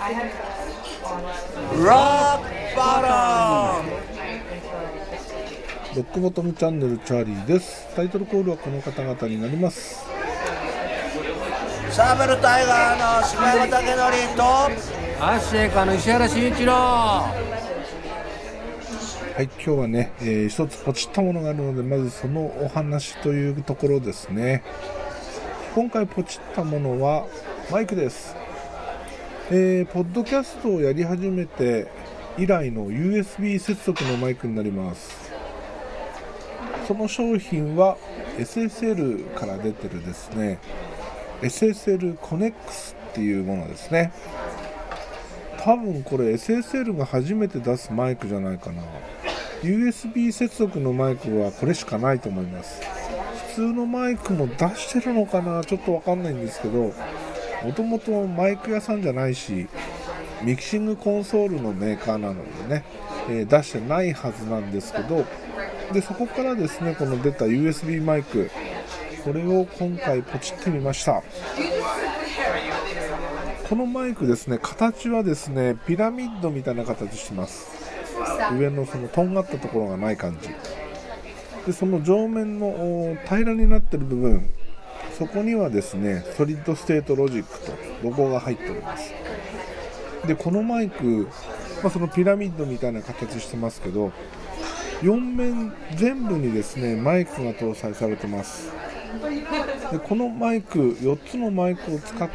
ロックボトム。 ロックボトムチャンネルチャーリーです。タイトルコールはこの方々になります。 サーベルタイガーの柴山武則とアッシェイカーの石原慎一郎。 はい、今日はね、一つポチったものがあるので、まずそのお話というところですね。今回ポチったものはマイクです。ポッドキャストをやり始めて以来の USB 接続のマイクになります。その商品は SSL から出てるですね、SSL コネックスっていうものですね。多分これ SSL が初めて出すマイクじゃないかな。 USB 接続のマイクはこれしかないと思います。普通のマイクも出してるのかな、ちょっとわかんないんですけど、もともとマイク屋さんじゃないしミキシングコンソールのメーカーなのでね、出してないはずなんですけど、でそこからですね、この出た USB マイク、これを今回ポチってみました。このマイクですね、形はですねピラミッドみたいな形してます。上のそのとんがったところがない感じで、その上面の平らになってる部分、そこにはですねソリッドステートロジックとロゴが入っております。でこのマイク、そのピラミッドみたいな形してますけど、4面全部にですねマイクが搭載されてます。でこのマイク、4つのマイクを使って、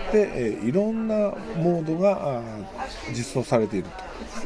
いろんなモードが実装されていると。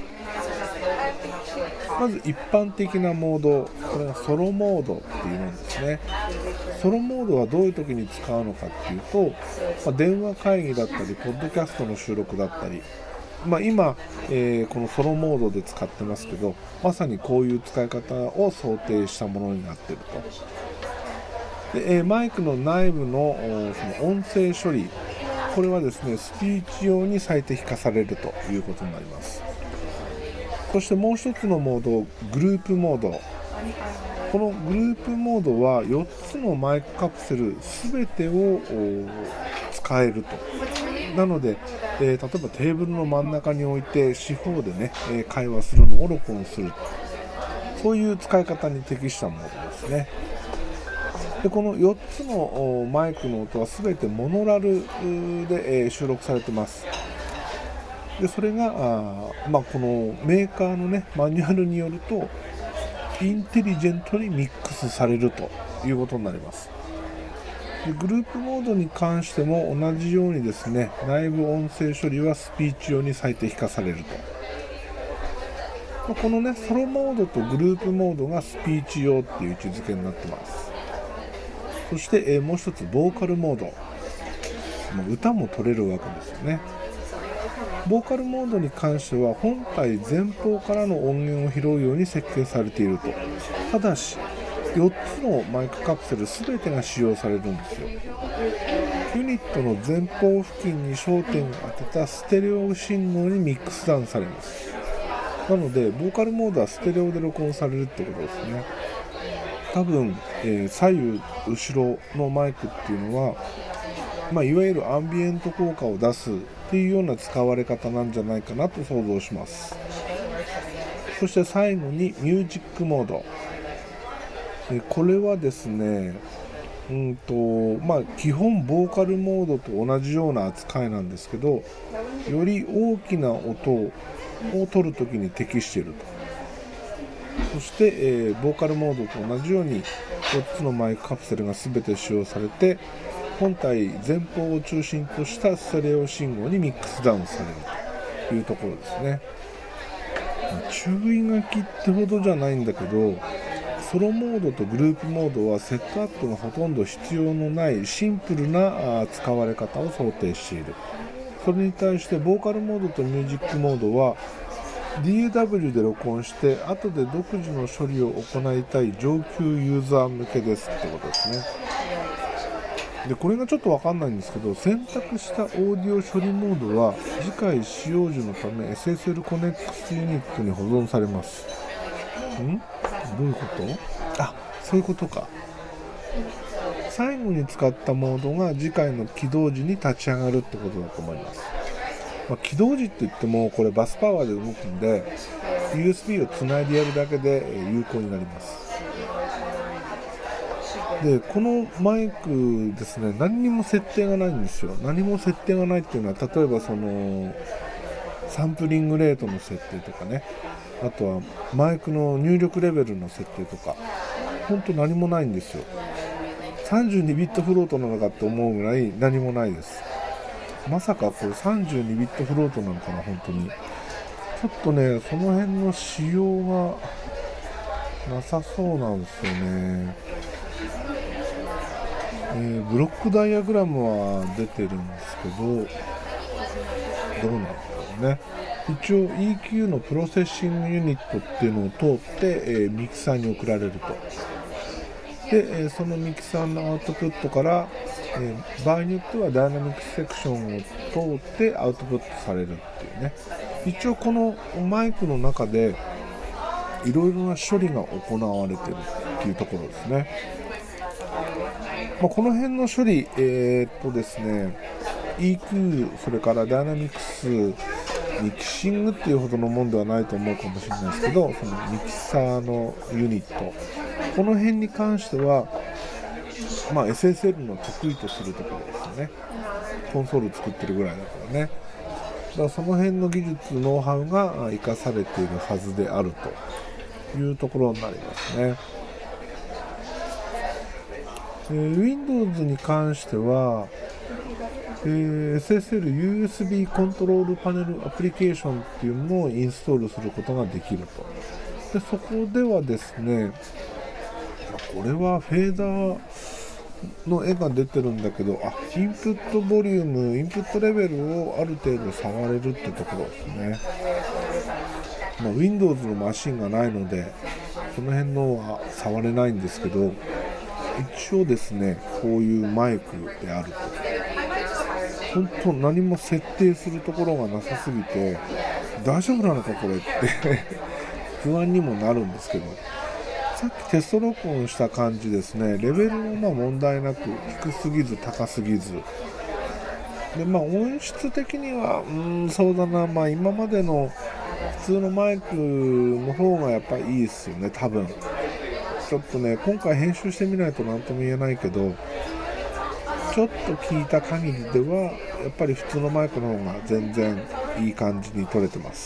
まず一般的なモード、これがソロモードっていうものですね。ソロモードはどういう時に使うのかっていうと、電話会議だったりポッドキャストの収録だったり、今、このソロモードで使ってますけど、まさにこういう使い方を想定したものになっていると。で、マイクの内部のその音声処理、これはですねスピーチ用に最適化されるということになります。そしてもう一つのモード、グループモード。このグループモードは4つのマイクカプセル全てを使えると。なので、例えばテーブルの真ん中に置いて四方でね、会話するのを録音する、そういう使い方に適したモードですね。でこの4つのマイクの音は全てモノラルで収録されてます。でそれがこのメーカーのねマニュアルによるとインテリジェントにミックスされるということになります。でグループモードに関しても同じようにですね、内部音声処理はスピーチ用に最適化されると。このねソロモードとグループモードがスピーチ用っていう位置づけになってます。そして、もう一つボーカルモード、歌も取れるわけですよね。ボーカルモードに関しては本体前方からの音源を拾うように設計されていると。ただし4つのマイクカプセル全てが使用されるんですよ。ユニットの前方付近に焦点を当てたステレオ信号にミックスダウンされます。なのでボーカルモードはステレオで録音されるってことですね。多分、左右後ろのマイクっていうのは、いわゆるアンビエント効果を出すっていうような使われ方なんじゃないかなと想像します。そして最後にミュージックモード。これはですね、基本ボーカルモードと同じような扱いなんですけど、より大きな音を取るときに適していると。そして、ボーカルモードと同じように4つのマイクカプセルが全て使用されて、本体前方を中心としたステレオ信号にミックスダウンされるというところですね。注意書きってほどじゃないんだけど、ソロモードとグループモードはセットアップがほとんど必要のないシンプルな使われ方を想定している。それに対してボーカルモードとミュージックモードは DAW で録音して後で独自の処理を行いたい上級ユーザー向けですってことですね。でこれがちょっと分かんないんですけど、選択したオーディオ処理モードは次回使用時のため SSL コネックスユニットに保存されます。どういうこと？そういうことか。最後に使ったモードが次回の起動時に立ち上がるってことだと思います。 起動時って言ってもこれバスパワーで動くんで USB をつないでやるだけで有効になります。でこのマイクですね、何にも設定がないんですよ。何も設定がないっていうのは、例えばそのサンプリングレートの設定とかね、あとはマイクの入力レベルの設定とか、本当何もないんですよ。32ビットフロートなのかって思うぐらい何もないです。まさかこれ32ビットフロートなのかな、本当に。ちょっとね、その辺の仕様がなさそうなんですよね。ブロックダイアグラムは出てるんですけど、どうなんだろうね。一応 EQ のプロセッシングユニットっていうのを通って、ミキサーに送られると。で、そのミキサーのアウトプットから、場合によってはダイナミックセクションを通ってアウトプットされるっていうね。一応このマイクの中でいろいろな処理が行われてるっていうところですね。この辺の処理、ですね、EQ、それからダイナミクス、ミキシングっていうほどのもんではないと思うかもしれないですけど、そのミキサーのユニット、この辺に関しては、SSL の得意とするところですよね。コンソール作ってるぐらいだからね。だからその辺の技術、ノウハウが生かされているはずであるというところになりますね。Windows に関しては、SSL USB コントロールパネルアプリケーションっていうのをインストールすることができると。でそこではですね、これはフェーダーの絵が出てるんだけど、インプットボリューム、インプットレベルをある程度触れるってところですね。Windows のマシンがないのでその辺のは触れないんですけど、一応ですね、こういうマイクであると。本当何も設定するところがなさすぎて大丈夫なのかこれって不安にもなるんですけど、さっきテスト録音した感じですね、レベルも問題なく低すぎず高すぎずで、音質的にはそうだな、今までの普通のマイクの方がやっぱりいいですよね、多分。ちょっとね、今回編集してみないと何とも言えないけど、ちょっと聞いた限りではやっぱり普通のマイクの方が全然いい感じに撮れてます。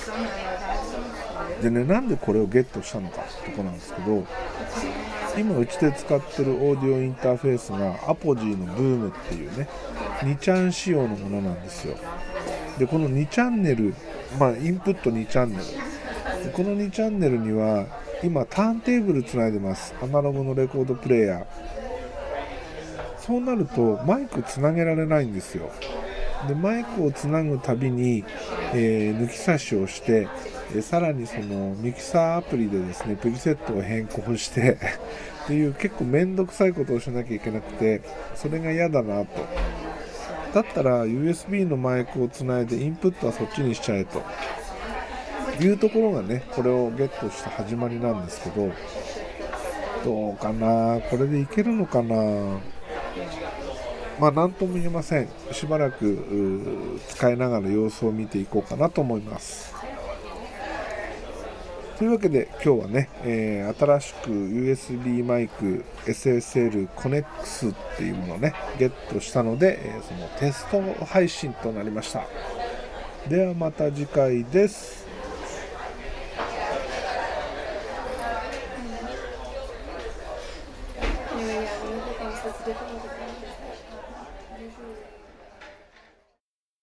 でね、なんでこれをゲットしたのかってとこなんですけど、今うちで使ってるオーディオインターフェースがアポジーのブームっていうね、2チャン仕様のものなんですよ。でこの2チャンネル、インプット2チャンネル、この2チャンネルには今ターンテーブルつないでます。アナログのレコードプレーヤー。そうなるとマイクつなげられないんですよ。でマイクをつなぐたびに、抜き差しをして、さらにそのミキサーアプリでですねプリセットを変更してっていう結構めんどくさいことをしなきゃいけなくて、それが嫌だなと。だったら USB のマイクをつないでインプットはそっちにしちゃえというところがね、これをゲットした始まりなんですけど、どうかな、これでいけるのかな。なんとも言えません。しばらく使いながら様子を見ていこうかなと思います。というわけで今日はね、新しく USB マイク SSL Connex っていうものをねゲットしたので、そのテスト配信となりました。ではまた次回です。 Ja, ja, das ist